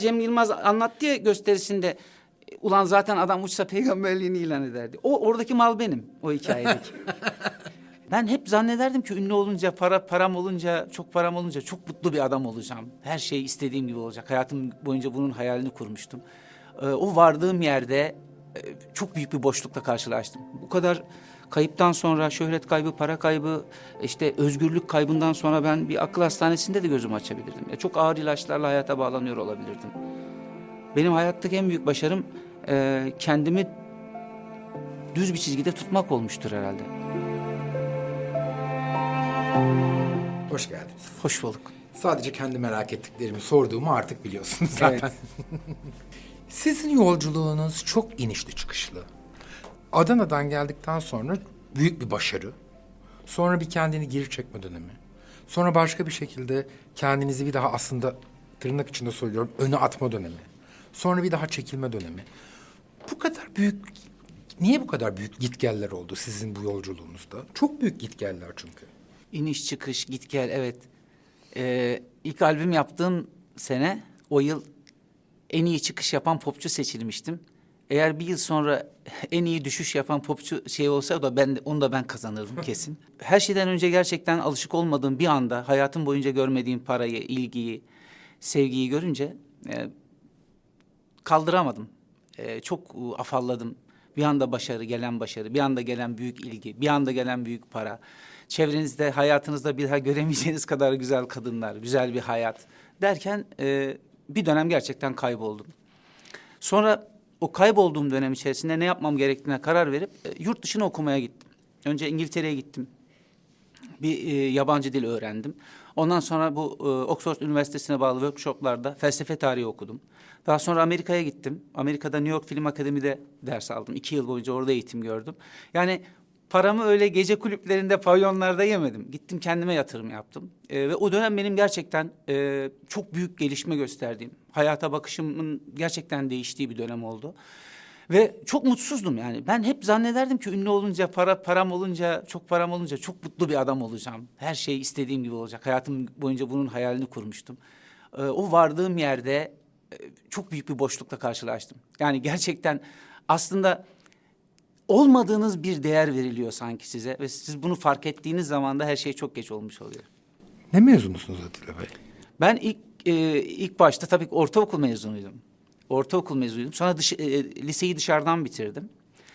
Cem Yılmaz anlattı ya gösterisinde. Ulan zaten adam uçsa peygamberliğini ilan ederdi. Oradaki mal benim o hikayedeki. Ben hep zannederdim ki ünlü olunca, param olunca, çok param olunca çok mutlu bir adam olacağım. Her şey istediğim gibi olacak. Hayatım boyunca bunun hayalini kurmuştum. O vardığım yerde çok büyük bir boşlukla karşılaştım. Bu kadar kayıptan sonra, şöhret kaybı, para kaybı, işte özgürlük kaybından sonra ben bir akıl hastanesinde de gözümü açabilirdim. Çok ağır ilaçlarla hayata bağlanıyor olabilirdim. Benim hayattaki en büyük başarım kendimi düz bir çizgide tutmak olmuştur herhalde. Hoş geldiniz. Hoş bulduk. Sadece kendi merak ettiklerimi sorduğumu artık biliyorsunuz zaten. Evet. Sizin yolculuğunuz çok inişli çıkışlı. Adana'dan geldikten sonra büyük bir başarı. Sonra bir kendini geri çekme dönemi. Sonra başka bir şekilde kendinizi bir daha aslında tırnak içinde söylüyorum öne atma dönemi. Sonra bir daha çekilme dönemi. Bu kadar büyük, niye bu kadar büyük gitgeller oldu sizin bu yolculuğunuzda? Çok büyük gitgeller çünkü. İniş çıkış git gel evet. İlk albüm yaptığım sene o yıl en iyi çıkış yapan popçu seçilmiştim. Eğer bir yıl sonra en iyi düşüş yapan popçu olsa da onu da ben kazanırdım kesin. Her şeyden önce gerçekten alışık olmadığım bir anda hayatım boyunca görmediğim parayı, ilgiyi, sevgiyi görünce kaldıramadım. Çok afalladım. Bir anda gelen başarı, bir anda gelen büyük ilgi, bir anda gelen büyük para. Çevrenizde, hayatınızda bir daha göremeyeceğiniz kadar güzel kadınlar, güzel bir hayat derken bir dönem gerçekten kayboldum. Sonra o kaybolduğum dönem içerisinde ne yapmam gerektiğine karar verip yurt dışına okumaya gittim. Önce İngiltere'ye gittim. Bir yabancı dil öğrendim. Ondan sonra bu Oxford Üniversitesi'ne bağlı workshoplarda felsefe tarihi okudum. Daha sonra Amerika'ya gittim. Amerika'da New York Film Akademi'de ders aldım. 2 yıl boyunca orada eğitim gördüm. Yani paramı öyle gece kulüplerinde, pavyonlarda yemedim. Gittim kendime yatırım yaptım. Ve o dönem benim gerçekten çok büyük gelişme gösterdiğim, hayata bakışımın gerçekten değiştiği bir dönem oldu. Ve çok mutsuzdum yani. Ben hep zannederdim ki ünlü olunca, param olunca, çok param olunca çok mutlu bir adam olacağım. Her şey istediğim gibi olacak. Hayatım boyunca bunun hayalini kurmuştum. O vardığım yerde çok büyük bir boşlukla karşılaştım. Yani gerçekten aslında olmadığınız bir değer veriliyor sanki size. Ve siz bunu fark ettiğiniz zaman da her şey çok geç olmuş oluyor. Ne mezunusunuz Atilla Bey? Ben ilk başta tabii ortaokul mezunuydum. Sonra liseyi dışarıdan bitirdim.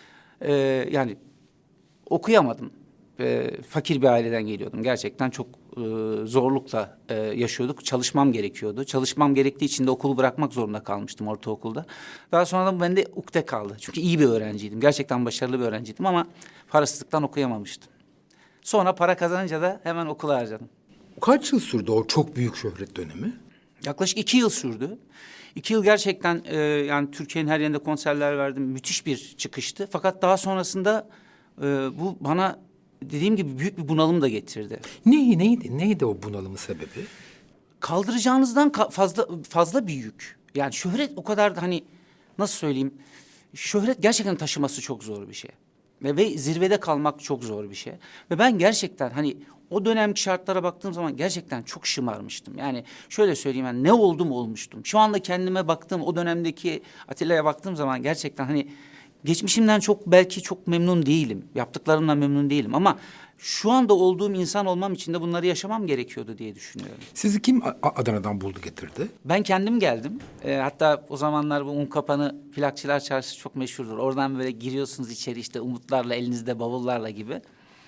Yani okuyamadım. Fakir bir aileden geliyordum. Gerçekten çok zorlukla yaşıyorduk. Çalışmam gerekiyordu. Çalışmam gerektiği için de okulu bırakmak zorunda kalmıştım ortaokulda. Daha sonra da bende ukde kaldı. Çünkü iyi bir öğrenciydim. Gerçekten başarılı bir öğrenciydim ama parasızlıktan okuyamamıştım. Sonra para kazanınca da hemen okula harcadım. Kaç yıl sürdü o çok büyük şöhret dönemi? Yaklaşık 2 yıl sürdü. 2 yıl gerçekten yani Türkiye'nin her yerinde konserler verdim. Müthiş bir çıkıştı. Fakat daha sonrasında bu bana dediğim gibi büyük bir bunalım da getirdi. Neydi o bunalımın sebebi? Kaldıracağınızdan fazla bir yük. Yani şöhret o kadar da hani nasıl söyleyeyim? Şöhret gerçekten taşıması çok zor bir şey. Ve zirvede kalmak çok zor bir şey. Ve ben gerçekten hani o dönemki şartlara baktığım zaman gerçekten çok şımarmıştım. Yani şöyle söyleyeyim yani ne oldum olmuştum. Şu anda kendime baktığım o dönemdeki Atilla'ya baktığım zaman gerçekten hani geçmişimden belki çok memnun değilim. Yaptıklarımdan memnun değilim ama şu anda olduğum insan olmam için de bunları yaşamam gerekiyordu diye düşünüyorum. Sizi kim Adana'dan buldu getirdi? Ben kendim geldim. Hatta o zamanlar bu Unkapanı Plakçılar Çarşısı çok meşhurdur. Oradan böyle giriyorsunuz içeri işte umutlarla, elinizde bavullarla gibi.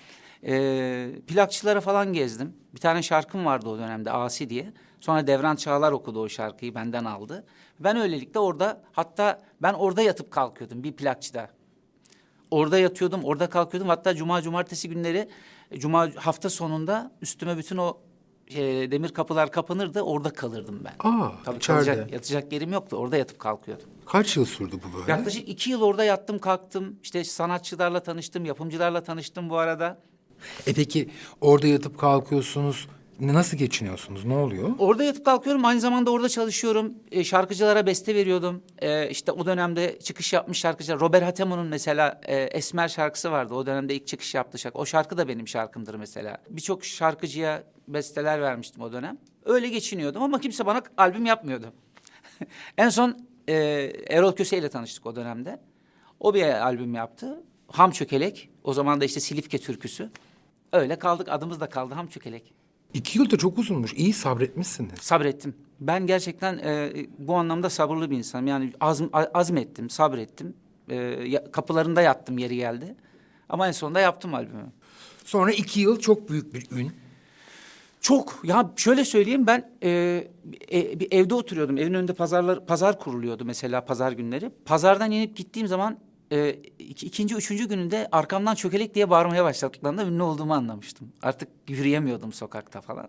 Plakçılara falan gezdim. Bir tane şarkım vardı o dönemde Asi diye. Sonra Devran Çağlar okudu o şarkıyı benden aldı. Ben öylelikle hatta ben orada yatıp kalkıyordum bir plakçıda. Orada yatıyordum, orada kalkıyordum. Hatta cumartesi günleri, hafta sonunda üstüme bütün o demir kapılar kapanırdı. Orada kalırdım ben. Tabii yatacak yerim yoktu. Orada yatıp kalkıyordum. Kaç yıl sürdü bu böyle? Yaklaşık 2 yıl orada yattım kalktım. İşte sanatçılarla tanıştım, yapımcılarla tanıştım bu arada. Peki orada yatıp kalkıyorsunuz. Nasıl geçiniyorsunuz? Ne oluyor? Orada yatıp kalkıyorum. Aynı zamanda orada çalışıyorum. Şarkıcılara beste veriyordum. İşte o dönemde çıkış yapmış şarkıcılar. Robert Hatemo'nun mesela Esmer şarkısı vardı. O dönemde ilk çıkış yaptığı şarkı. O şarkı da benim şarkımdır mesela. Birçok şarkıcıya besteler vermiştim o dönem. Öyle geçiniyordum ama kimse bana albüm yapmıyordu. En son Erol Köse ile tanıştık o dönemde. O bir albüm yaptı. Ham Çökelek. O zaman da işte Silifke türküsü. Öyle kaldık. Adımız da kaldı Ham Çökelek. 2 yıl da çok uzunmuş. İyi sabretmişsiniz. Sabrettim. Ben gerçekten bu anlamda sabırlı bir insanım. Yani azmettim, sabrettim. Kapılarında yattım yeri geldi. Ama en sonunda yaptım albümü. Sonra 2 yıl çok büyük bir ün. Çok. Ya şöyle söyleyeyim, ben bir evde oturuyordum. Evin önünde pazar kuruluyordu mesela pazar günleri. Pazardan inip gittiğim zaman ikinci, üçüncü gününde arkamdan çökelek diye bağırmaya başladıklarında ünlü olduğumu anlamıştım. Artık yürüyemiyordum sokakta falan.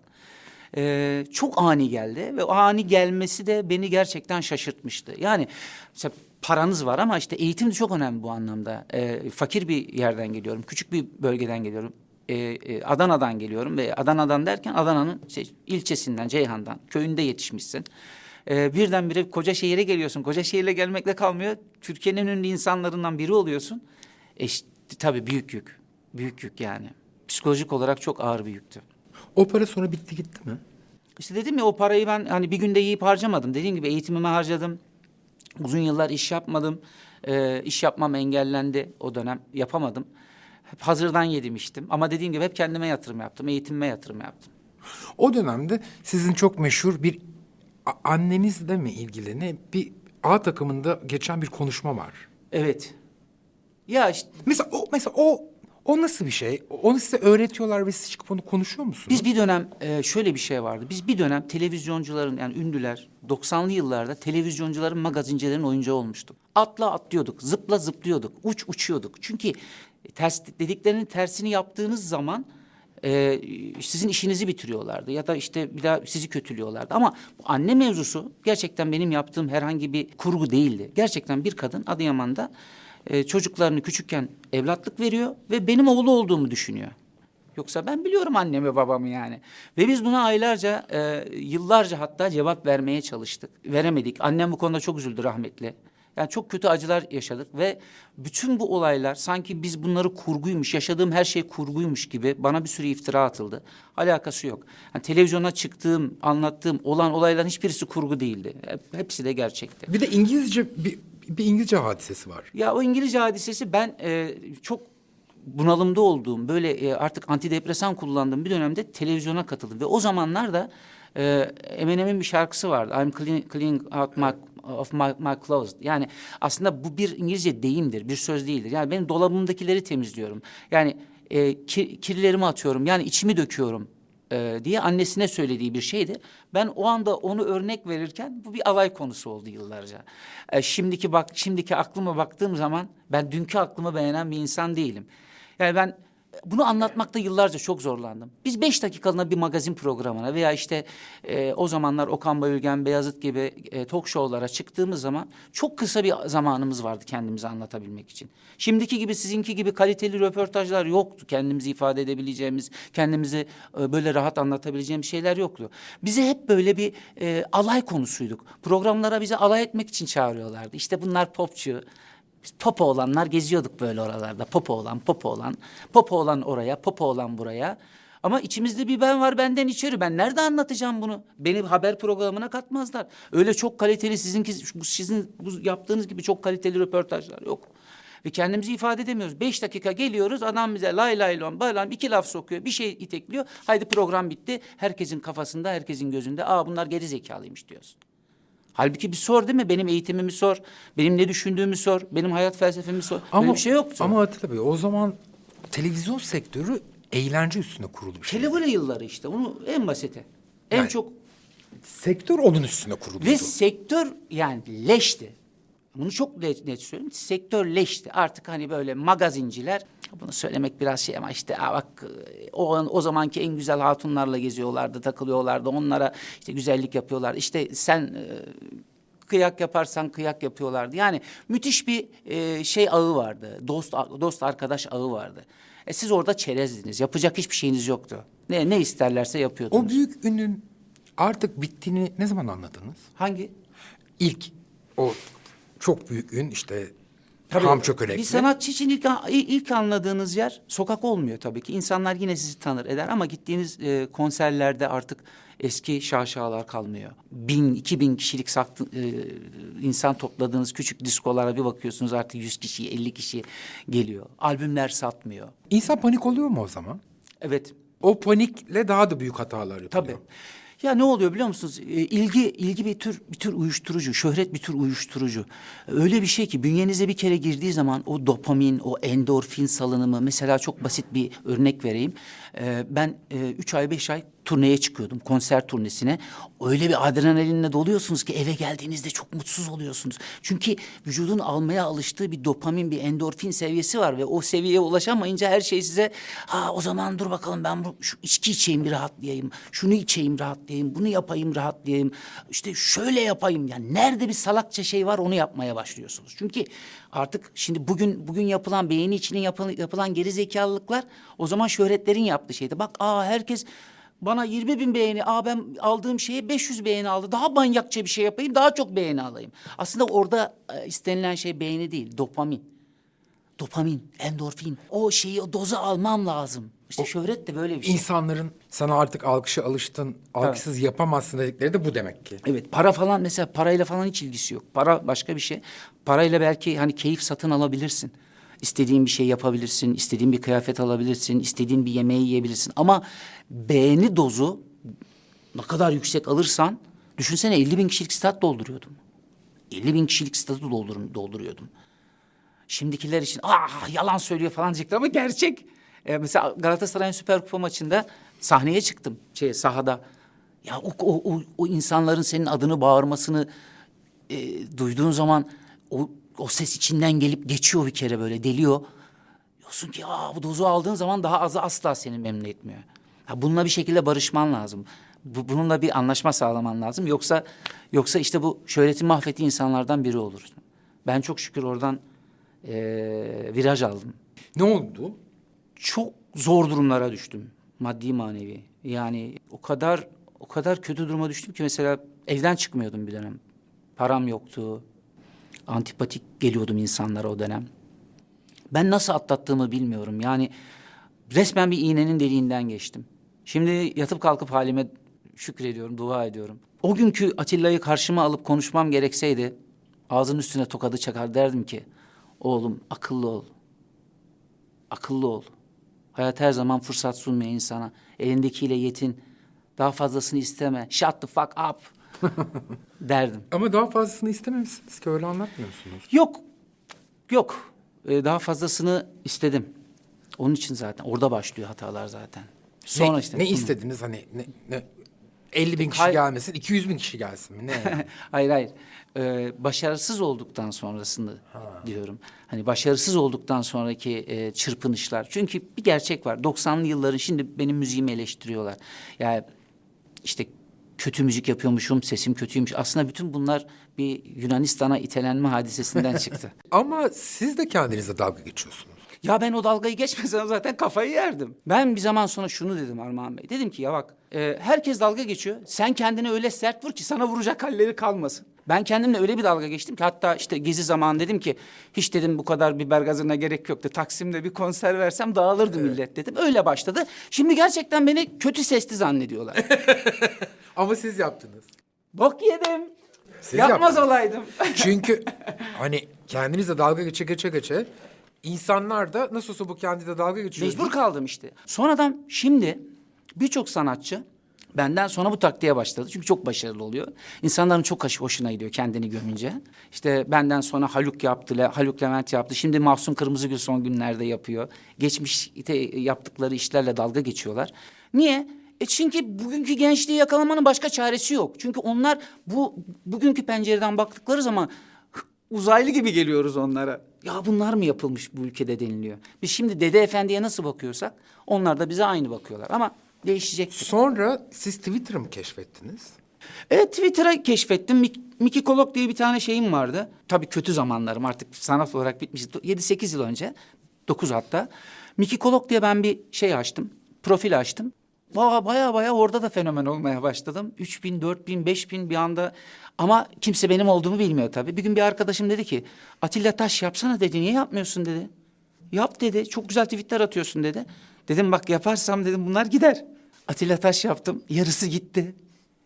Çok ani geldi ve o ani gelmesi de beni gerçekten şaşırtmıştı. Yani mesela paranız var ama işte eğitim de çok önemli bu anlamda. Fakir bir yerden geliyorum, küçük bir bölgeden geliyorum. Adana'dan geliyorum ve Adana'dan derken Adana'nın ilçesinden, Ceyhan'dan, köyünde yetişmişsin. Birdenbire koca şehire geliyorsun. Koca şehirle gelmekle kalmıyor. Türkiye'nin en ünlü insanlarından biri oluyorsun. İşte, tabii büyük yük. Büyük yük yani. Psikolojik olarak çok ağır bir yüktü. O para sonra bitti gitti mi? İşte dedim ya, o parayı ben hani bir günde yiyip harcamadım. Dediğim gibi eğitimime harcadım. Uzun yıllar iş yapmadım. İş yapmam engellendi o dönem. Yapamadım. Hep hazırdan yedim içtim. Ama dediğim gibi hep kendime yatırım yaptım. Eğitimime yatırım yaptım. O dönemde sizin çok meşhur bir annenizle mi ilgili ne bir A takımında geçen bir konuşma var. Evet. Ya işte Mesela o nasıl bir şey? Onu size öğretiyorlar ve siz çıkıp onu konuşuyor musunuz? biz bir dönem şöyle bir şey vardı. Biz bir dönem televizyoncuların, yani ünlüler 90'lı yıllarda televizyoncuların, magazincilerin oyuncağı olmuştuk. Atla atlıyorduk, zıpla zıplıyorduk, uçuyorduk. Çünkü dediklerinin tersini yaptığınız zaman sizin işinizi bitiriyorlardı ya da işte bir daha sizi kötülüyorlardı. Ama bu anne mevzusu gerçekten benim yaptığım herhangi bir kurgu değildi. Gerçekten bir kadın Adıyaman'da çocuklarını küçükken evlatlık veriyor ve benim oğlu olduğumu düşünüyor. Yoksa ben biliyorum annemi babamı yani. Ve biz buna aylarca, yıllarca hatta cevap vermeye çalıştık. Veremedik. Annem bu konuda çok üzüldü rahmetli. Yani çok kötü acılar yaşadık ve bütün bu olaylar sanki biz bunları kurguymuş, yaşadığım her şey kurguymuş gibi bana bir sürü iftira atıldı. Alakası yok. Yani televizyona çıktığım, anlattığım olan olayların hiçbirisi kurgu değildi. Hepsi de gerçekti. Bir de İngilizce bir İngilizce hadisesi var. Ya o İngilizce hadisesi, ben çok bunalımda olduğum, böyle artık antidepresan kullandığım bir dönemde televizyona katıldım. Ve o zamanlar da Eminem'in bir şarkısı vardı. I'm cleaning out my clothes. Yani aslında bu bir İngilizce deyimdir, bir söz değildir. Yani ben dolabımdakileri temizliyorum. Yani kirlerimi atıyorum, yani içimi döküyorum diye annesine söylediği bir şeydi. Ben o anda onu örnek verirken bu bir alay konusu oldu yıllarca. Şimdiki aklıma baktığım zaman ben dünkü aklımı beğenen bir insan değilim. Yani ben bunu anlatmakta yıllarca çok zorlandım. Biz 5 dakikalığına bir magazin programına veya işte o zamanlar Okan Bayülgen, Beyazıt gibi talk show'lara çıktığımız zaman çok kısa bir zamanımız vardı kendimizi anlatabilmek için. Şimdiki gibi, sizinki gibi kaliteli röportajlar yoktu. Kendimizi ifade edebileceğimiz, kendimizi böyle rahat anlatabileceğimiz şeyler yoktu. Bize hep böyle bir alay konusuyduk. Programlara bizi alay etmek için çağırıyorlardı. İşte bunlar popçu. Biz popo olanlar geziyorduk böyle oralarda. Popo olan oraya, popo olan buraya. Ama içimizde bir ben var, benden içeri. Ben nerede anlatacağım bunu? Beni haber programına katmazlar. Öyle çok kaliteli sizin bu yaptığınız gibi çok kaliteli röportajlar yok. Ve kendimizi ifade edemiyoruz. 5 dakika geliyoruz, adam bize lay lay lon baylan 2 laf sokuyor, bir şey itekliyor. Haydi program bitti. Herkesin kafasında, herkesin gözünde bunlar geri zekalıymış diyorsun. Halbuki bir sor, değil mi? Benim eğitimimi sor, benim ne düşündüğümü sor, benim hayat felsefemi sor. Böyle bir şey yoktu. Ama Atilla Bey, o zaman televizyon sektörü eğlence üstüne kurulu bir şey. Televole yılları işte, onu en basiti. En Yani çok. Sektör onun üstüne kuruluydu. Ve sektör yani leşti. Bunu çok net söyleyeyim. Sektör leşti. Artık hani böyle magazinciler, bunu söylemek biraz şey ama işte bak o zamanki en güzel hatunlarla geziyorlardı, takılıyorlardı. Onlara işte güzellik yapıyorlardı. İşte sen kıyak yaparsan kıyak yapıyorlardı. Yani müthiş bir şey ağı vardı. Dost arkadaş ağı vardı. Siz orada çerezdiniz. Yapacak hiçbir şeyiniz yoktu. Ne isterlerse yapıyordunuz. O büyük ünün artık bittiğini ne zaman anladınız? Hangi? İlk o çok büyük ün, işte Tabii, ham çökelekli. bir sanatçı için ilk anladığınız yer sokak olmuyor tabii ki. İnsanlar yine sizi tanır eder ama gittiğiniz konserlerde artık eski şaşalar kalmıyor. 1000-2000 kişilik insan topladığınız küçük diskolara bir bakıyorsunuz artık 100 kişi, 50 kişi geliyor. Albümler satmıyor. İnsan panik oluyor mu o zaman? Evet. O panikle daha da büyük hatalar yapıyor. Tabii. Ya ne oluyor biliyor musunuz? İlgi bir tür uyuşturucu, şöhret bir tür uyuşturucu. Öyle bir şey ki bünyenize bir kere girdiği zaman o dopamin, o endorfin salınımı, mesela çok basit bir örnek vereyim. Ben 3 ay 5 ay turneye çıkıyordum, konser turnesine. Öyle bir adrenalinle doluyorsunuz ki eve geldiğinizde çok mutsuz oluyorsunuz. Çünkü vücudun almaya alıştığı bir dopamin, bir endorfin seviyesi var ve o seviyeye ulaşamayınca her şey size o zaman dur bakalım ben şu içki içeyim bir rahatlayayım, şunu içeyim rahatlayayım, bunu yapayım rahatlayayım, işte şöyle yapayım. Yani nerede bir salakça şey var onu yapmaya başlıyorsunuz. Çünkü artık şimdi bugün yapılan beyni içine yapılan geri zekalılıklar o zaman şöhretlerin yaptığı şeydi. Bak herkes bana 20.000 beğeni, ben aldığım şeye 500 beğeni aldı. Daha manyakça bir şey yapayım, daha çok beğeni alayım. Aslında orada istenilen şey beğeni değil, dopamin. Dopamin, endorfin. O dozu almam lazım. İşte şöhret de böyle bir şey. İnsanların sana artık alkışa alıştın, alkışsız yapamazsın dedikleri de bu demek ki. Evet, para falan mesela parayla falan hiç ilgisi yok. Para başka bir şey. Parayla belki hani keyif satın alabilirsin. İstediğin bir şey yapabilirsin, istediğin bir kıyafet alabilirsin, istediğin bir yemeği yiyebilirsin. Ama beğeni dozu ne kadar yüksek alırsan, düşünsene 50.000 kişilik stat dolduruyordum. 50.000 kişilik statı dolduruyordum. Şimdikiler için yalan söylüyor falan diyecekler ama gerçek. Mesela Galatasaray'ın Süper Kupa maçında sahneye çıktım sahada. Ya o insanların senin adını bağırmasını duyduğun zaman o ses içinden gelip geçiyor bir kere böyle deliyor. Diyorsun ki bu dozu aldığın zaman daha azı asla seni memnun etmiyor. Bununla bir şekilde barışman lazım. Bununla bir anlaşma sağlaman lazım. Yoksa işte bu şöhretin mahvettiği insanlardan biri olursun. Ben çok şükür oradan viraj aldım. Ne oldu? Çok zor durumlara düştüm. Maddi manevi. Yani o kadar kötü duruma düştüm ki mesela evden çıkmıyordum bir dönem. Param yoktu. Antipatik geliyordum insanlara o dönem. Ben nasıl atlattığımı bilmiyorum. Yani resmen bir iğnenin deliğinden geçtim. Şimdi yatıp kalkıp halime şükrediyorum, dua ediyorum. O günkü Atilla'yı karşıma alıp konuşmam gerekseydi ağzının üstüne tokadı çakar derdim ki oğlum akıllı ol. Akıllı ol. Hayat her zaman fırsat sunmuyor insana. Elindekiyle yetin. Daha fazlasını isteme. Shut the fuck up. derdim. Ama daha fazlasını istememişsiniz ki öyle anlatmıyorsunuz. Yok. Daha fazlasını istedim. Onun için zaten orada başlıyor hatalar zaten. Sonra Ne istediniz hani ne 50.000 kişi gelmesin, 200.000 kişi gelsin mi? Ne? Hayır. Başarısız olduktan sonrasını diyorum. Hani başarısız olduktan sonraki çırpınışlar. Çünkü bir gerçek var. 90'lı yılların şimdi benim müziğimi eleştiriyorlar. Yani işte kötü müzik yapıyormuşum, sesim kötüymüş. Aslında bütün bunlar bir Yunanistan'a itelenme hadisesinden çıktı. Ama siz de kendinize dalga geçiyorsunuz. Ya ben o dalgayı geçmesem zaten kafayı yerdim. Ben bir zaman sonra şunu dedim Armağan Bey. Dedim ki ya bak herkes dalga geçiyor. Sen kendine öyle sert vur ki sana vuracak halleri kalmasın. Ben kendimle öyle bir dalga geçtim ki hatta işte gezi zamanı dedim ki hiç dedim bu kadar biber gazına gerek yoktu. Taksim'de bir konser versem dağılırdı millet dedim. Öyle başladı. Şimdi gerçekten beni kötü sesli zannediyorlar. Ama siz yaptınız. Bok yedim. Siz Yapmaz yaptınız. olaydım. Çünkü hani kendinizle dalga geçe insanlar da nasıl olsa bu kendiyle dalga geçiyor. Mecbur kaldım işte. Sonradan şimdi birçok sanatçı benden sonra bu taktiğe başladı. Çünkü çok başarılı oluyor. İnsanların çok hoşuna gidiyor kendini gömünce. İşte benden sonra Haluk yaptı, Haluk Levent yaptı. Şimdi Mahsun Kırmızıgül son günlerde yapıyor. Geçmiş yaptıkları işlerle dalga geçiyorlar. Niye? Çünkü bugünkü gençliği yakalamanın başka çaresi yok. Çünkü onlar bugünkü pencereden baktıkları zaman uzaylı gibi geliyoruz onlara. Ya bunlar mı yapılmış bu ülkede deniliyor. Biz şimdi Dede Efendi'ye nasıl bakıyorsak onlar da bize aynı bakıyorlar. Ama değişecek. Sonra siz Twitter'ı mı keşfettiniz? Evet Twitter'a keşfettim. Mikikolog diye bir tane şeyim vardı. Tabii kötü zamanlarım artık sanat olarak bitmişti. 7-8 yıl önce. 9 hatta. Mikikolog diye ben bir şey açtım. Profil açtım. Baya orada da fenomen olmaya başladım. 3.000, 4.000, 5.000 bir anda. Ama kimse benim olduğumu bilmiyor tabii. Bir gün bir arkadaşım dedi ki Atilla Taş yapsana dedi. Niye yapmıyorsun dedi. Yap dedi. Çok güzel tweetler atıyorsun dedi. Dedim bak yaparsam dedim bunlar gider. Atilla Taş yaptım. Yarısı gitti.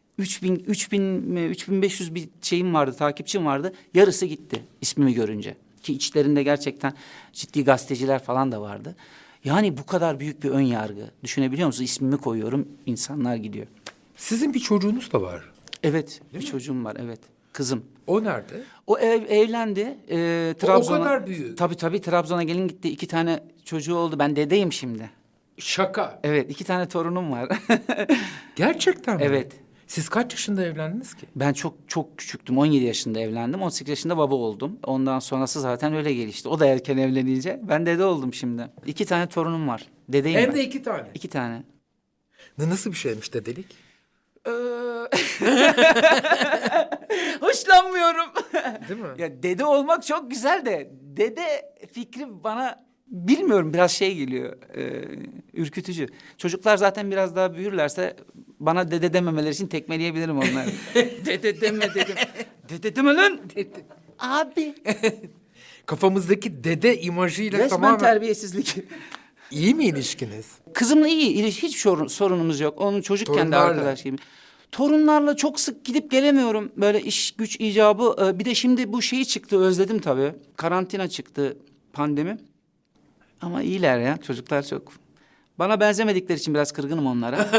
3.500 bir şeyim vardı, takipçim vardı. Yarısı gitti ismimi görünce. Ki içlerinde gerçekten ciddi gazeteciler falan da vardı. Yani bu kadar büyük bir ön yargı. Düşünebiliyor musunuz? İsmimi koyuyorum, insanlar gidiyor. Sizin bir çocuğunuz da var. Evet, bir çocuğum var, evet. Kızım. O nerede? O evlendi. Trabzon'a. O kadar büyük. Tabii Trabzon'a gelin gitti. 2 tane çocuğu oldu. Ben dedeyim şimdi. Şaka. Evet, 2 tane torunum var. Gerçekten mi? Evet. Siz kaç yaşında evlendiniz ki? Ben çok küçüktüm. 17 yaşında evlendim. 18 yaşında baba oldum. Ondan sonrası zaten öyle gelişti. O da erken evlenince. Ben dede oldum şimdi. 2 tane torunum var. Dedeyim Hem ben. de 2 tane. 2 tane. Nasıl bir şeymiş dedelik? Hoşlanmıyorum. Değil mi? Ya dede olmak çok güzel de dede fikri bana bilmiyorum biraz şey geliyor. Ürkütücü. Çocuklar zaten biraz daha büyürlerse bana dede dememeleri için tekmeleyebilirim onları. Dede deme dedim. Dede deme lan. Abi. Kafamızdaki dede imajıyla Resmen tamamen... terbiyesizlik. İyi mi ilişkiniz? Kızımla iyi. Hiç sorunumuz yok. Onun çocukken de Torunlarla. arkadaş gibi. Torunlarla çok sık gidip gelemiyorum. Böyle iş güç icabı. Bir de şimdi bu şeyi çıktı. Özledim tabii. Karantina çıktı. Pandemi. Ama iyiler ya. Çocuklar çok. Bana benzemedikleri için biraz kırgınım onlara.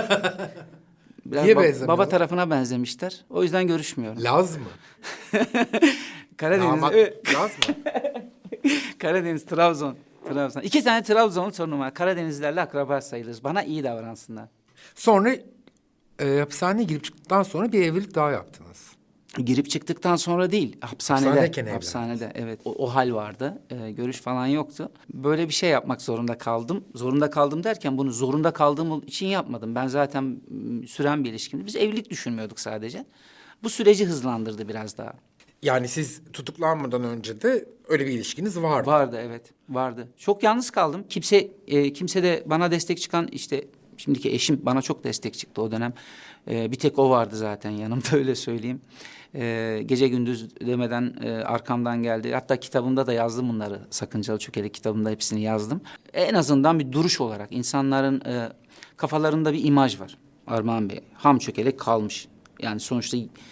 Biraz Niye benzemiyorlar? baba tarafına benzemişler. O yüzden görüşmüyorum. Laz mı? Karadeniz. Damat Evet. Laz mı? Karadeniz, Trabzon. 2 tane Trabzonlu torunum var. Karadenizlerle akraba sayılırız. Bana iyi davransınlar. Sonra hapishaneye girip çıktıktan sonra bir evlilik daha yaptınız. Girip çıktıktan sonra değil, Hapishanedeyken hapishanede evet. O hal vardı. Görüş falan yoktu. Böyle bir şey yapmak zorunda kaldım. Zorunda kaldım derken bunu zorunda kaldığım için yapmadım. Ben zaten süren bir ilişkimdi. Biz evlilik düşünmüyorduk sadece. Bu süreci hızlandırdı biraz daha. Yani siz tutuklanmadan önce de öyle bir ilişkiniz vardı. Vardı evet, vardı. Çok yalnız kaldım. Kimse de bana destek çıkan işte şimdiki eşim bana çok destek çıktı o dönem. Bir tek o vardı zaten yanımda öyle söyleyeyim. Gece gündüz demeden arkamdan geldi. Hatta kitabımda da yazdım bunları. Sakıncalı Çökelek kitabımda hepsini yazdım. En azından bir duruş olarak insanların kafalarında bir imaj var. Armağan Bey ham çökelek kalmış. Yani sonuçta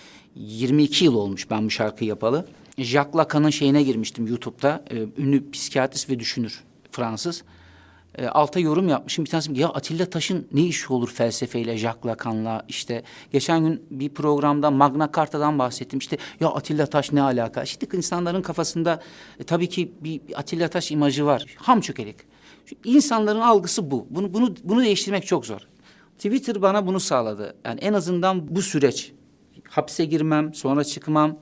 22 yıl olmuş ben bu şarkıyı yapalı. Jacques Lacan'ın şeyine girmiştim YouTube'da. Ünlü psikiyatrist ve düşünür Fransız. Alta yorum yapmışım. Bir tanesi ya Atilla Taş'ın ne işi olur felsefeyle, Jacques Lacan'la işte. Geçen gün bir programda Magna Carta'dan bahsettim. İşte ya Atilla Taş ne alaka? İşte insanların kafasında tabii ki bir Atilla Taş imajı var. Ham çökelik. İnsanların algısı bu. Bunu değiştirmek çok zor. Twitter bana bunu sağladı. Yani en azından bu süreç. Hapse girmem, sonra çıkmam.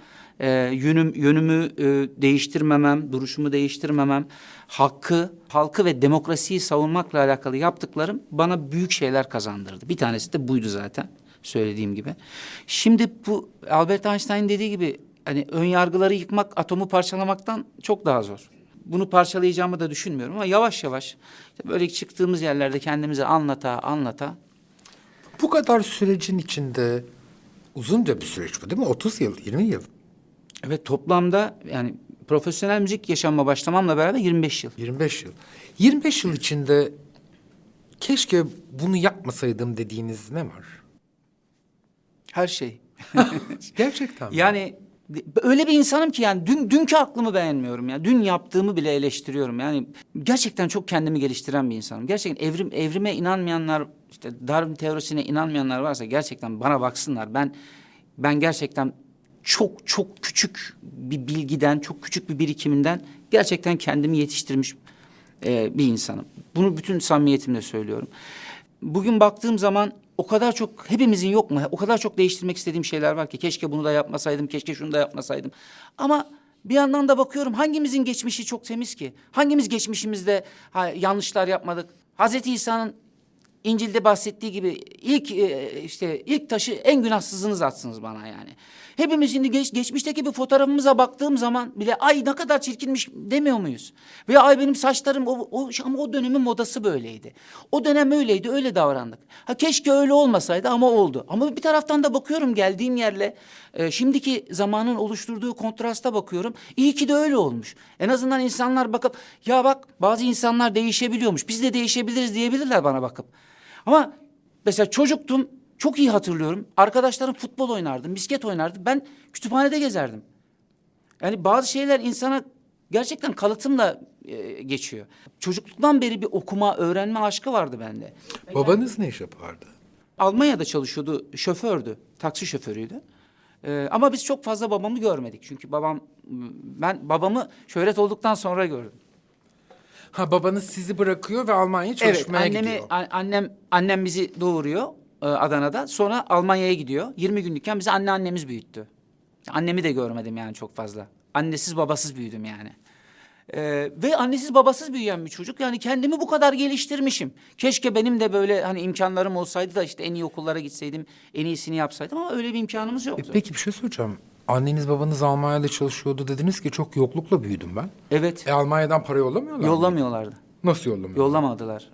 Yönümü değiştirmemem, duruşumu değiştirmemem, halkı ve demokrasiyi savunmakla alakalı yaptıklarım bana büyük şeyler kazandırdı. Bir tanesi de buydu zaten söylediğim gibi. Şimdi bu Albert Einstein dediği gibi hani ön yargıları yıkmak atomu parçalamaktan çok daha zor. Bunu parçalayacağımı da düşünmüyorum ama yavaş yavaş işte böyle çıktığımız yerlerde kendimize anlata. Bu kadar sürecin içinde uzunca bir süreç bu değil mi? 30 yıl, 20 yıl. Evet toplamda yani profesyonel müzik yaşamama başlamamla beraber 25 yıl. 25 yıl. 25 yıl içinde keşke bunu yapmasaydım dediğiniz ne var? Her şey. Gerçekten mi? Yani öyle bir insanım ki yani dünkü aklımı beğenmiyorum ya. Dün yaptığımı bile eleştiriyorum. Yani gerçekten çok kendimi geliştiren bir insanım. Gerçekten evrime inanmayanlar, işte Darwin teorisine inanmayanlar varsa gerçekten bana baksınlar. Ben gerçekten çok küçük bir bilgiden, çok küçük bir birikiminden gerçekten kendimi yetiştirmiş bir insanım. Bunu bütün samimiyetimle söylüyorum. Bugün baktığım zaman o kadar çok hepimizin yok mu? O kadar çok değiştirmek istediğim şeyler var ki keşke bunu da yapmasaydım, keşke şunu da yapmasaydım. Ama bir yandan da bakıyorum hangimizin geçmişi çok temiz ki? Hangimiz geçmişimizde yanlışlar yapmadık? Hazreti İsa'nın İncil'de bahsettiği gibi ilk taşı en günahsızınız atsınız bana yani. Hepimiz şimdi geçmişteki bir fotoğrafımıza baktığım zaman bile ay ne kadar çirkinmiş demiyor muyuz? Veya ay benim saçlarım ama o dönemin modası böyleydi. O dönem öyleydi, öyle davrandık. Ha keşke öyle olmasaydı ama oldu. Ama bir taraftan da bakıyorum geldiğim yerle şimdiki zamanın oluşturduğu kontrasta bakıyorum. İyi ki de öyle olmuş. En azından insanlar bakıp ya bak bazı insanlar değişebiliyormuş. Biz de değişebiliriz diyebilirler bana bakıp. Ama mesela çocuktum. Çok iyi hatırlıyorum. Arkadaşlarım futbol oynardı, misket oynardı. Ben kütüphanede gezerdim. Yani bazı şeyler insana gerçekten kalıtımla geçiyor. Çocukluktan beri bir okuma, öğrenme aşkı vardı bende. Babanız ne iş yapardı? Almanya'da çalışıyordu, şofördü, taksi şoförüydü. Ama biz çok fazla babamı görmedik. Çünkü ben babamı şöhret olduktan sonra gördüm. Ha, babanız sizi bırakıyor ve Almanya'ya çalışmaya gidiyor. Annem bizi doğuruyor Adana'da. Sonra Almanya'ya gidiyor. 20 günlükken bizi anneannemiz büyüttü. Annemi de görmedim yani çok fazla. Annesiz babasız büyüdüm yani. Ve annesiz babasız büyüyen bir çocuk. Yani kendimi bu kadar geliştirmişim. Keşke benim de böyle hani imkanlarım olsaydı da işte en iyi okullara gitseydim, en iyisini yapsaydım ama öyle bir imkanımız yoktu. Peki bir şey soracağım. Anneniz babanız Almanya'da çalışıyordu dediniz ki çok yoklukla büyüdüm ben. Evet. Almanya'dan para yollamıyorlar mı? Yollamıyorlardı. Nasıl yollamıyorlar? Yollamadılar.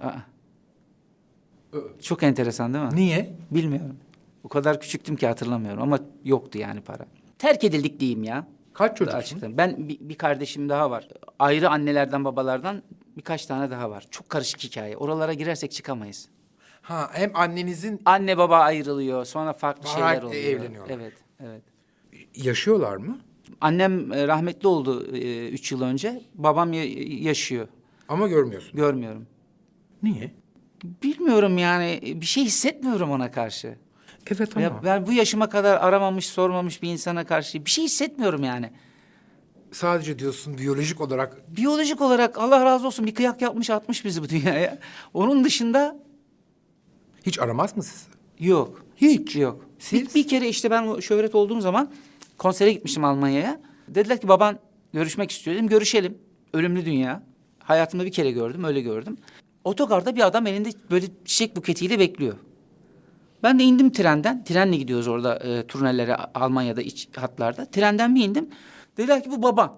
Çok enteresan değil mi? Niye? Bilmiyorum. O kadar küçüktüm ki hatırlamıyorum ama yoktu yani para. Terk edildik diyeyim ya. Kaç çocuksun? Açıkçası. Ben bir kardeşim daha var. Ayrı annelerden babalardan birkaç tane daha var. Çok karışık hikaye. Oralara girersek çıkamayız. Ha, hem annenizin Anne baba ayrılıyor. Sonra farklı şeyler oluyor. evleniyorlar. Evet. Yaşıyorlar mı? Annem rahmetli oldu 3 yıl önce. Babam yaşıyor. Ama görmüyorsun. Görmüyorum. Niye? Bilmiyorum yani. Bir şey hissetmiyorum ona karşı. Evet ama. Ben bu yaşıma kadar aramamış, sormamış bir insana karşı bir şey hissetmiyorum yani. Sadece diyorsun biyolojik olarak. Biyolojik olarak Allah razı olsun bir kıyak yapmış atmış bizi bu dünyaya. Onun dışında Hiç aramaz mı sizi? yok. Hiç. Yok. Siz? Bir kere işte ben şöhret olduğum zaman konsere gitmiştim Almanya'ya. Dediler ki baban görüşmek istiyor. Dedim görüşelim. Ölümlü dünya. Hayatımda bir kere gördüm, öyle gördüm. Otogarda bir adam elinde böyle çiçek buketiyle bekliyor. Ben de indim trenden. Trenle gidiyoruz orada turnelere Almanya'da iç hatlarda. Trenden bir indim. Dediler ki bu baban.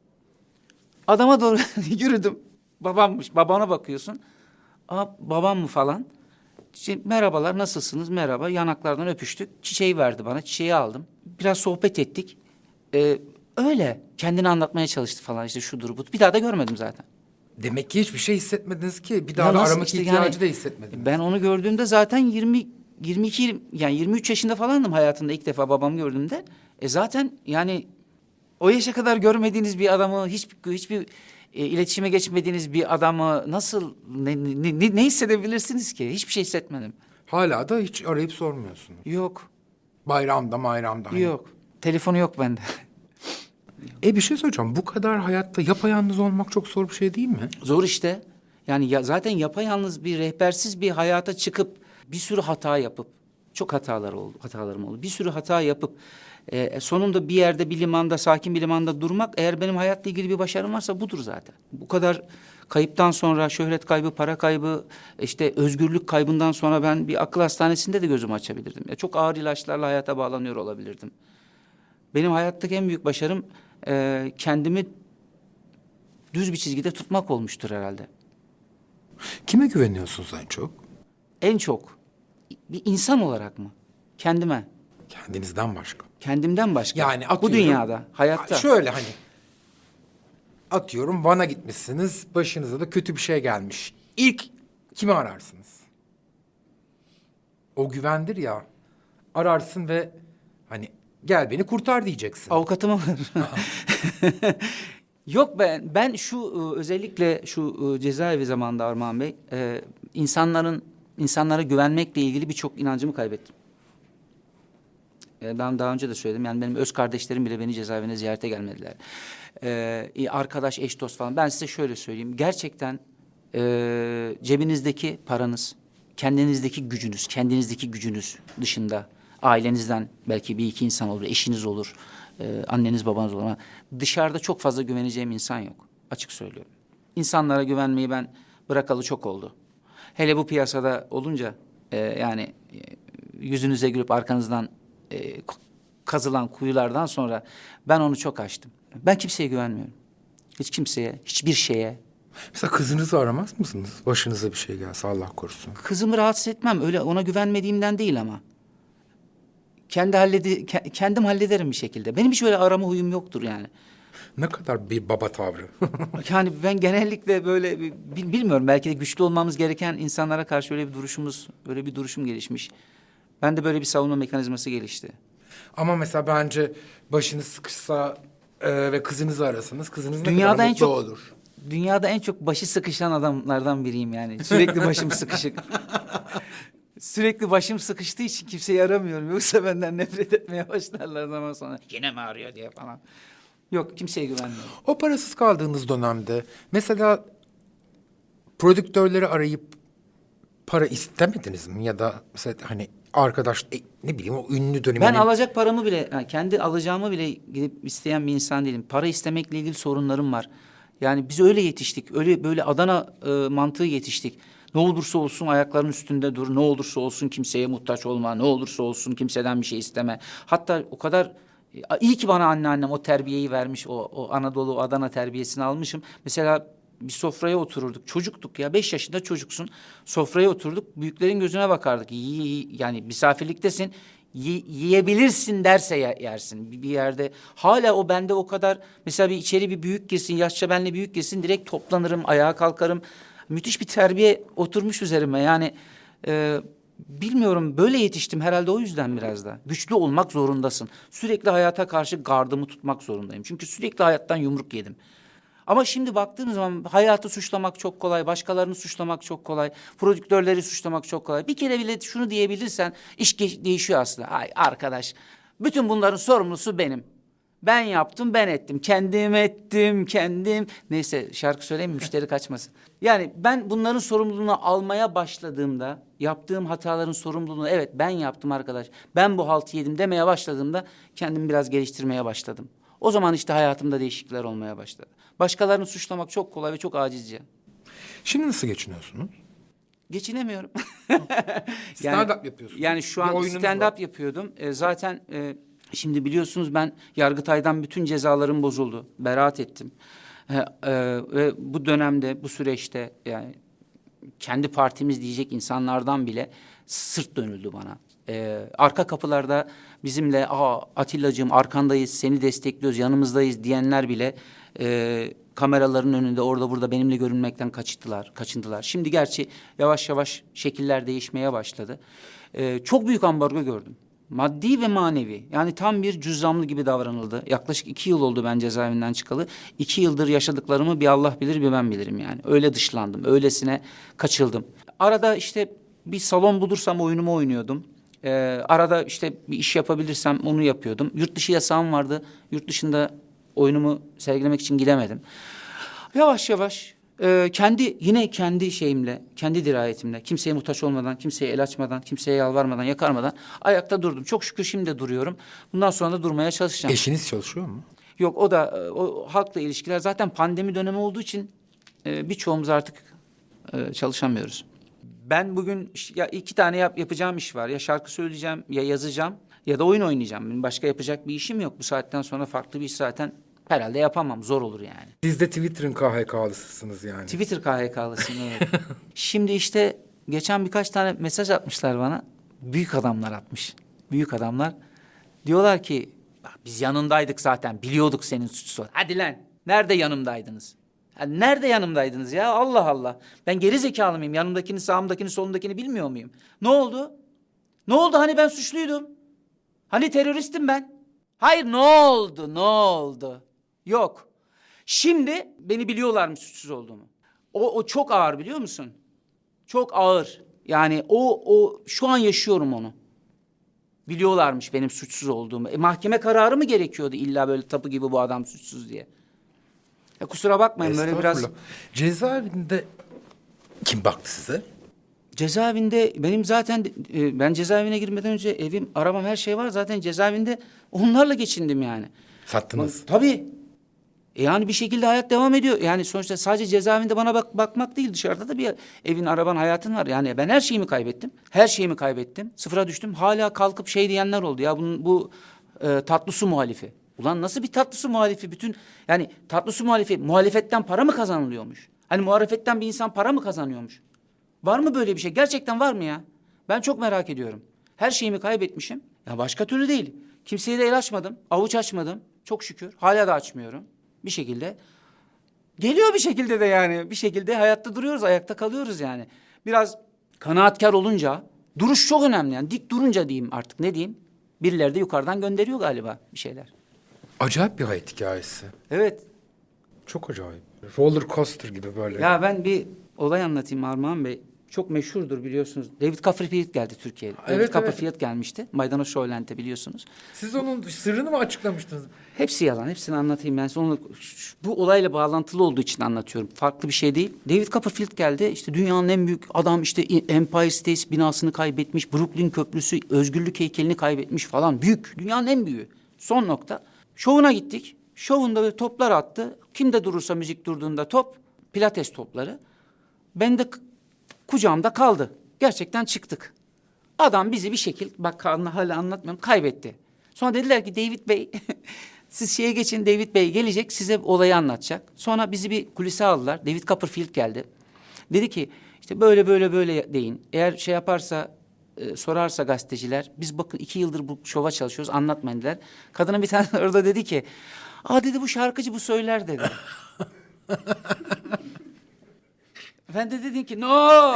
Adama doğru yürüdüm. Babammış. Babana bakıyorsun. Aa, babam mı falan. İşte, merhabalar nasılsınız? Merhaba. Yanaklardan öpüştük. Çiçeği verdi bana. Çiçeği aldım. Biraz sohbet ettik. Öyle. Kendini anlatmaya çalıştı falan işte şudur bu. Bir daha da görmedim zaten. Demek ki hiçbir şey hissetmediniz ki. Bir daha Ya da nasıl aramak işte ihtiyacı da hissetmediniz. Ben onu gördüğümde zaten 22 yani 23 yaşında falandım hayatımda ilk defa babamı gördüğümde. Zaten yani o yaşa kadar görmediğiniz bir adamı hiçbir iletişime geçmediğiniz bir adamı nasıl ne hissedebilirsiniz ki? Hiçbir şey hissetmedim. Hala da hiç arayıp sormuyorsunuz. Yok. Bayramda. Hani. Yok. Telefonu yok bende. Bir şey soracağım. Bu kadar hayatta yapayalnız olmak çok zor bir şey değil mi? Zor işte. Yani zaten yapayalnız bir rehbersiz bir hayata çıkıp bir sürü hata yapıp çok hatalarım oldu. Bir sürü hata yapıp sonunda bir yerde bir limanda sakin bir limanda durmak eğer benim hayatla ilgili bir başarım varsa budur zaten. Bu kadar kayıptan sonra şöhret kaybı, para kaybı, işte özgürlük kaybından sonra ben bir akıl hastanesinde de gözümü açabilirdim. Çok ağır ilaçlarla hayata bağlanıyor olabilirdim. Benim hayattaki en büyük başarım kendimi düz bir çizgide tutmak olmuştur herhalde. Kime güveniyorsunuz en çok? En çok bir insan olarak mı? Kendime. Kendinizden başka. Kendimden başka. Yani bu atıyorum, dünyada, hayatta. Şöyle hani atıyorum Van'a gitmişsiniz. Başınıza da kötü bir şey gelmiş. İlk kimi ararsınız? O güvendir ya. Ararsın ve hani gel beni kurtar diyeceksin. Avukatım olur. Yok ben şu özellikle şu cezaevi zamanında Armağan Bey insanlara güvenmekle ilgili birçok inancımı kaybettim. Ben daha önce de söyledim. Yani benim öz kardeşlerim bile beni cezaevine ziyarete gelmediler. Arkadaş, eş, dost falan. Ben size şöyle söyleyeyim. Gerçekten cebinizdeki paranız, kendinizdeki gücünüz dışında ailenizden belki bir iki insan olur, eşiniz olur, anneniz babanız olur ama dışarıda çok fazla güveneceğim insan yok. Açık söylüyorum. İnsanlara güvenmeyi ben bırakalı çok oldu. Hele bu piyasada olunca yani yüzünüze gülüp arkanızdan kazılan kuyulardan sonra ben onu çok aştım. Ben kimseye güvenmiyorum. Hiç kimseye, hiçbir şeye. Mesela kızınızı aramaz mısınız? Başınıza bir şey gelse Allah korusun. Kızımı rahatsız etmem. Öyle ona güvenmediğimden değil ama. Kendim hallederim bir şekilde. Benim hiç öyle arama huyum yoktur yani. Ne kadar bir baba tavrı. Yani ben genellikle böyle bilmiyorum, belki de güçlü olmamız gereken insanlara karşı öyle bir duruşum gelişmiş. Ben de böyle bir savunma mekanizması gelişti. Ama mesela bence başınız sıkışsa ve kızınızı arasanız kızınız ne Dünyada kadar en mutlu çok- olur. Dünyada en çok başı sıkışan adamlardan biriyim yani. Sürekli başım sıkışık. Sürekli başım sıkıştığı için kimseyi aramıyorum. Yoksa benden nefret etmeye başlarlar zaman sonra. Yine mi arıyor diye falan. Yok, kimseye güvenmiyorum. O parasız kaldığınız dönemde mesela prodüktörleri arayıp para istemediniz mi? Ya da mesela hani arkadaş ne bileyim o ünlü döneminin... Ben alacak paramı bile, yani kendi alacağımı bile gidip isteyen bir insan değilim. Para istemekle ilgili sorunlarım var. Yani biz öyle yetiştik. Öyle böyle Adana mantığı yetiştik. Ne olursa olsun ayaklarının üstünde dur. Ne olursa olsun kimseye muhtaç olma. Ne olursa olsun kimseden bir şey isteme. Hatta o kadar iyi ki bana anneannem o terbiyeyi vermiş. O Anadolu Adana terbiyesini almışım. Mesela bir sofraya otururduk. Çocuktuk ya. 5 yaşında çocuksun. Sofraya oturduk. Büyüklerin gözüne bakardık. Yani misafirliktesin. Yiyebilirsin derse yersin. Bir yerde hala o bende o kadar, mesela bir içeri bir büyük girsin, yaşça benle büyük girsin, direkt toplanırım, ayağa kalkarım. Müthiş bir terbiye oturmuş üzerime. Yani bilmiyorum, böyle yetiştim herhalde, o yüzden biraz da. Güçlü olmak zorundasın. Sürekli hayata karşı gardımı tutmak zorundayım. Çünkü sürekli hayattan yumruk yedim. Ama şimdi baktığım zaman hayatı suçlamak çok kolay, başkalarını suçlamak çok kolay, prodüktörleri suçlamak çok kolay. Bir kere bile şunu diyebilirsen iş değişiyor aslında. Ay arkadaş, bütün bunların sorumlusu benim. Ben yaptım, ben ettim. Kendim ettim, kendim. Neyse, şarkı söyleyeyim mi? Müşteri kaçmasın. Yani ben bunların sorumluluğunu almaya başladığımda, yaptığım hataların sorumluluğunu, evet ben yaptım arkadaş, ben bu haltı yedim demeye başladığımda kendimi biraz geliştirmeye başladım. O zaman işte hayatımda değişiklikler olmaya başladı. Başkalarını suçlamak çok kolay ve çok acizce. Şimdi nasıl geçiniyorsunuz? Geçinemiyorum. Stand-up yapıyorsunuz. Yani şu Bir an oyununuz stand-up var. yapıyordum. Zaten şimdi biliyorsunuz ben Yargıtay'dan bütün cezalarım bozuldu. Beraat ettim. Ve bu dönemde, bu süreçte yani kendi partimiz diyecek insanlardan bile sırt dönüldü bana. Arka kapılarda bizimle Atilla'cığım arkandayız, seni destekliyoruz, yanımızdayız diyenler bile kameraların önünde orada burada benimle görünmekten kaçındılar. Şimdi gerçi yavaş yavaş şekiller değişmeye başladı. Çok büyük ambargo gördüm. Maddi ve manevi. Yani tam bir cüzzamlı gibi davranıldı. Yaklaşık 2 yıl oldu ben cezaevinden çıkalı. 2 yıldır yaşadıklarımı bir Allah bilir bir ben bilirim yani. Öyle dışlandım, öylesine kaçıldım. Arada işte bir salon bulursam oyunumu oynuyordum. Arada işte bir iş yapabilirsem onu yapıyordum. Yurt dışı yasağım vardı. Yurt dışında oyunumu sergilemek için gidemedim. Yavaş yavaş kendi şeyimle, kendi dirayetimle, kimseye muhtaç olmadan, kimseye el açmadan, kimseye yalvarmadan, yakarmadan ayakta durdum. Çok şükür şimdi de duruyorum. Bundan sonra da durmaya çalışacağım. Eşiniz çalışıyor mu? Yok, o da o halkla ilişkiler. Zaten pandemi dönemi olduğu için birçoğumuz artık çalışamıyoruz. Ben bugün ya 2 tane yapacağım iş var. Ya şarkı söyleyeceğim, ya yazacağım, ya da oyun oynayacağım. Benim başka yapacak bir işim yok. Bu saatten sonra farklı bir iş zaten herhalde yapamam. Zor olur yani. Siz de Twitter'ın KHK'lısısınız yani. Twitter KHK'lısın, evet. Şimdi işte geçen birkaç tane mesaj atmışlar bana. Büyük adamlar atmış. Büyük adamlar. Diyorlar ki biz yanındaydık zaten. Biliyorduk senin suçsuz. Hadi lan. Nerede yanımdaydınız? Yani nerede yanımdaydınız ya? Allah Allah. Ben geri zekalı mıyım? Yanımdakini, sağımdakini, solumdakini bilmiyor muyum? Ne oldu? Ne oldu? Hani ben suçluydum? Hani teröristim ben? Hayır, ne oldu? Ne oldu? Yok. Şimdi beni biliyorlarmış suçsuz olduğumu. O çok ağır, biliyor musun? Çok ağır. Yani o şu an yaşıyorum onu. Biliyorlarmış benim suçsuz olduğumu. Mahkeme kararı mı gerekiyordu illa böyle tapu gibi bu adam suçsuz diye? Kusura bakmayın böyle biraz... Cezaevinde kim baktı size? Cezaevinde benim zaten ben cezaevine girmeden önce evim, arabam, her şey var. Zaten cezaevinde onlarla geçindim yani. Sattınız. Tabii. Yani bir şekilde hayat devam ediyor. Yani sonuçta sadece cezaevinde bana bakmak değil, dışarıda da bir evin, araban, hayatın var. Yani ben her şeyimi kaybettim. Her şeyimi kaybettim. Sıfıra düştüm. Hala kalkıp şey diyenler oldu. Ya bu tatlı su muhalifi. Ulan nasıl bir tatlı su muhalifi? Yani tatlı su muhalifi, muhalefetten para mı kazanılıyormuş? Hani muhalefetten bir insan para mı kazanıyormuş? Var mı böyle bir şey? Gerçekten var mı ya? Ben çok merak ediyorum. Her şeyimi kaybetmişim. Ya başka türlü değil. Kimseye de el açmadım. Avuç açmadım. Çok şükür. Hala da açmıyorum. Bir şekilde. Geliyor bir şekilde de yani. Bir şekilde hayatta duruyoruz. Ayakta kalıyoruz yani. Biraz kanaatkar olunca. Duruş çok önemli yani. Dik durunca diyeyim artık. Ne diyeyim? Birileri de yukarıdan gönderiyor galiba bir şeyler. Acayip bir hayat hikayesi. Evet. Çok acayip. Roller coaster gibi böyle. Ya ben bir olay anlatayım Armağan Bey. Çok meşhurdur biliyorsunuz. David Copperfield geldi Türkiye'ye. Evet, David Copperfield gelmişti. Maydanoz Şövalenti biliyorsunuz. Siz onun sırrını mı açıklamıştınız? Hepsi yalan. Hepsini anlatayım ben size. Bu olayla bağlantılı olduğu için anlatıyorum. Farklı bir şey değil. David Copperfield geldi. İşte dünyanın en büyük adam, işte Empire State binasını kaybetmiş. Brooklyn Köprüsü, özgürlük heykelini kaybetmiş falan. Büyük. Dünyanın en büyüğü. Son nokta. Şovuna gittik. Şovunda böyle toplar attı. Kimde durursa müzik durduğunda top. Pilates topları. Ben de kucağımda kaldı. Gerçekten çıktık. Adam bizi bir şekil, bak hala anlatmıyorum, kaybetti. Sonra dediler ki David Bey, siz şeye geçin, David Bey gelecek, size olayı anlatacak. Sonra bizi bir kulise aldılar. David Copperfield geldi. Dedi ki işte böyle deyin. Eğer şey yaparsa, sorarsa gazeteciler, biz bakın 2 yıldır bu şova çalışıyoruz, anlatmayın dediler. Kadının bir tane orada dedi ki, dedi bu şarkıcı, bu söyler dedi. Ben de dedim ki no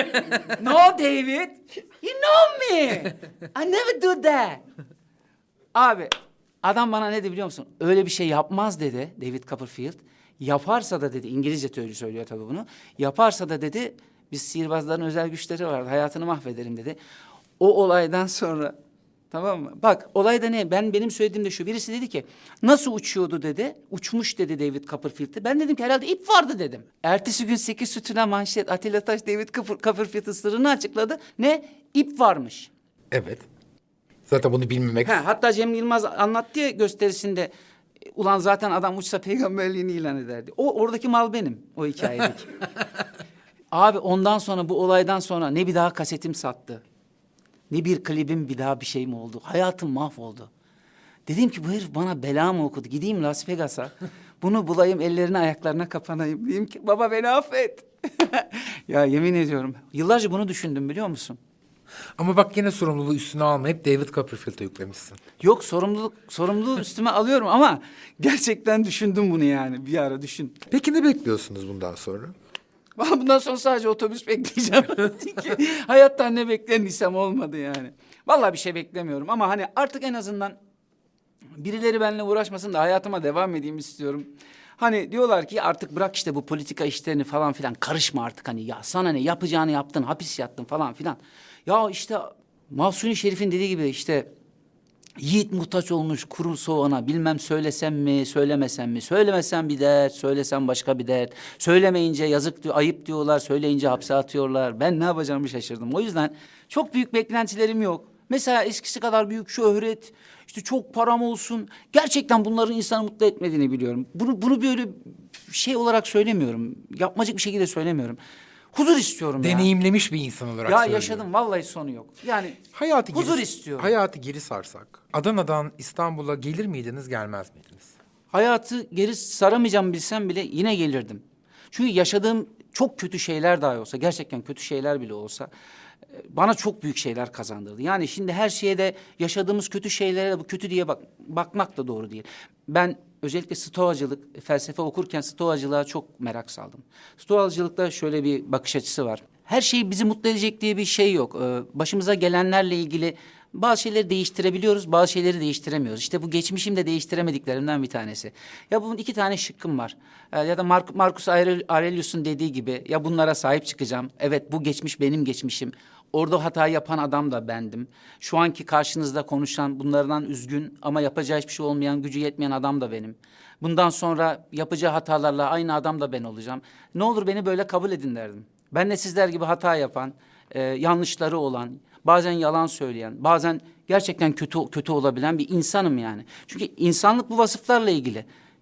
David, you know me, I never do that. Abi adam bana ne dedi biliyor musun? Öyle bir şey yapmaz dedi David Copperfield. Yaparsa da dedi, İngilizce söylüyor tabii bunu. Yaparsa da dedi, biz sihirbazların özel güçleri var, hayatını mahvederim dedi. O olaydan sonra, tamam mı? Bak olayda ne? Benim söylediğim de şu. Birisi dedi ki nasıl uçuyordu dedi. Uçmuş dedi David Copperfield'de. Ben dedim ki herhalde ip vardı dedim. Ertesi gün 8 sütüne manşet. Atilla Taş David Copperfield'ın sırrını açıkladı. Ne? İp varmış. Evet. Zaten bunu bilmemek... Hatta Cem Yılmaz anlattı ya gösterisinde. Ulan zaten adam uçsa peygamberliğini ilan ederdi. Oradaki mal benim. O hikayedeki. Abi ondan sonra, bu olaydan sonra ne bir daha kasetim sattı, ne bir klibim, bir daha bir şey mi oldu? Hayatım mahvoldu. Dedim ki bu herif bana bela mı okudu? Gideyim Las Vegas'a. Bunu bulayım, ellerine ayaklarına kapanayım. Diyeyim ki baba beni affet. Ya yemin ediyorum. Yıllarca bunu düşündüm biliyor musun? Ama bak yine sorumluluğu üstüne almayıp David Copperfield'a yüklemişsin. Yok, sorumluluğu üstüme alıyorum ama gerçekten düşündüm bunu yani. Bir ara düşün. Peki ne bekliyorsunuz bundan sonra? Bundan sonra sadece otobüs bekleyeceğim. Çünkü hayattan ne beklendiysem olmadı yani. Vallahi bir şey beklemiyorum ama hani artık en azından birileri benimle uğraşmasın da hayatıma devam edeyim istiyorum. Hani diyorlar ki artık bırak işte bu politika işlerini falan filan, karışma artık, hani ya sana ne, yapacağını yaptın, hapis yattın falan filan. Ya işte Mahsuni Şerif'in dediği gibi işte yiğit muhtaç olmuş kuru soğana, bilmem söylesem mi söylemesem mi, söylemesem bir dert, söylesem başka bir dert, söylemeyince yazık diyor, ayıp diyorlar, söyleyince hapse atıyorlar. Ben ne yapacağımı şaşırdım. O yüzden çok büyük beklentilerim yok. Mesela eskisi kadar büyük şöhret, işte çok param olsun. Gerçekten bunların insanı mutlu etmediğini biliyorum. Bunu böyle şey olarak söylemiyorum. Yapmacık bir şekilde söylemiyorum. Huzur istiyorum ya. Deneyimlemiş bir insan olarak Ya söylüyorum. yaşadım, vallahi sonu yok. Yani huzur istiyorum. Hayatı geri sarsak. Adana'dan İstanbul'a gelir miydiniz, gelmez miydiniz? Hayatı geri saramayacağım bilsem bile yine gelirdim. Çünkü yaşadığım çok kötü şeyler dahi olsa, gerçekten kötü şeyler bile olsa bana çok büyük şeyler kazandırdı. Yani şimdi her şeye de, yaşadığımız kötü şeylere de bu kötü diye bakmak da doğru değil. Ben özellikle Stoacılık, felsefe okurken Stoacılığa çok merak saldım. Stoacılıkta şöyle bir bakış açısı var. Her şey bizi mutlu edecek diye bir şey yok. Başımıza gelenlerle ilgili bazı şeyleri değiştirebiliyoruz, bazı şeyleri değiştiremiyoruz. İşte bu geçmişim de değiştiremediklerimden bir tanesi. Ya bunun 2 tane şıkkım var. Ya da Marcus Aurelius'un dediği gibi, ya bunlara sahip çıkacağım. Evet, bu geçmiş benim geçmişim. Orada hata yapan adam da bendim. Şu anki karşınızda konuşan, bunlardan üzgün ama yapacağı hiçbir şey olmayan, gücü yetmeyen adam da benim. Bundan sonra yapacağı hatalarla aynı adam da ben olacağım. Ne olur beni böyle kabul edin derdim. Ben de sizler gibi hata yapan, yanlışları olan, bazen yalan söyleyen, bazen gerçekten kötü olabilen bir insanım yani. Çünkü insanlık bu vasıflarla ilgili.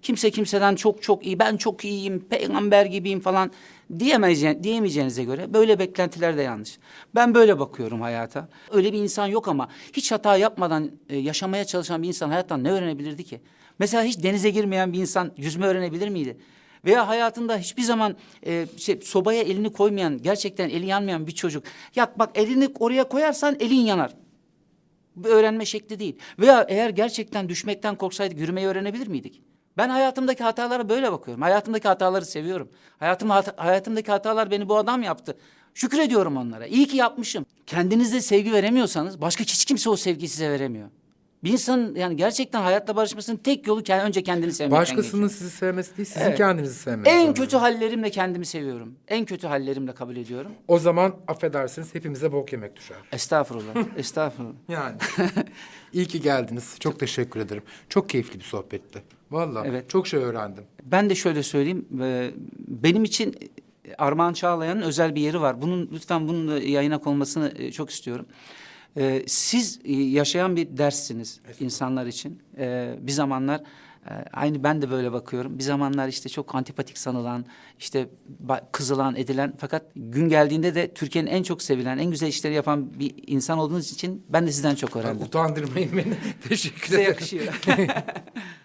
Kimse kimseden çok çok iyi, ben çok iyiyim, peygamber gibiyim falan diyemeyeceğinize göre böyle beklentiler de yanlış. Ben böyle bakıyorum hayata. Öyle bir insan yok ama hiç hata yapmadan yaşamaya çalışan bir insan hayattan ne öğrenebilirdi ki? Mesela hiç denize girmeyen bir insan yüzme öğrenebilir miydi? Veya hayatında hiçbir zaman sobaya elini koymayan, gerçekten eli yanmayan bir çocuk. Ya bak, elini oraya koyarsan elin yanar. Bu öğrenme şekli değil. Veya eğer gerçekten düşmekten korksaydık yürümeyi öğrenebilir miydik? Ben hayatımdaki hatalara böyle bakıyorum. Hayatımdaki hataları seviyorum. Hayatımdaki hatalar beni bu adam yaptı. Şükrediyorum onlara. İyi ki yapmışım. Kendinize sevgi veremiyorsanız başka hiç kimse o sevgiyi size veremiyor. Bir insanın yani gerçekten hayatla barışmasının tek yolu önce kendini sevmekten Başkasının geçiyor. sizi sevmesi değil, sizin Evet. kendinizi sevmeniz. En sanırım. kötü hallerimle kendimi seviyorum. En kötü hallerimle kabul ediyorum. O zaman affedersiniz hepimize bok yemek düşer. Estağfurullah. Estağfurullah. Yani. İyi ki geldiniz. Çok teşekkür ederim. Çok keyifli bir sohbetti. Vallahi Evet. çok şey öğrendim. Ben de şöyle söyleyeyim. Benim için Armağan Çağlayan'ın özel bir yeri var. Lütfen bunun da yayına konmasını çok istiyorum. Siz yaşayan bir derssiniz insanlar için. Bir zamanlar aynı ben de böyle bakıyorum. Bir zamanlar işte çok antipatik sanılan, işte kızılan, edilen, fakat gün geldiğinde de Türkiye'nin en çok sevilen, en güzel işleri yapan bir insan olduğunuz için ben de sizden çok öğrendim. Utandırmayın beni. Teşekkür Size ederim. yakışıyor.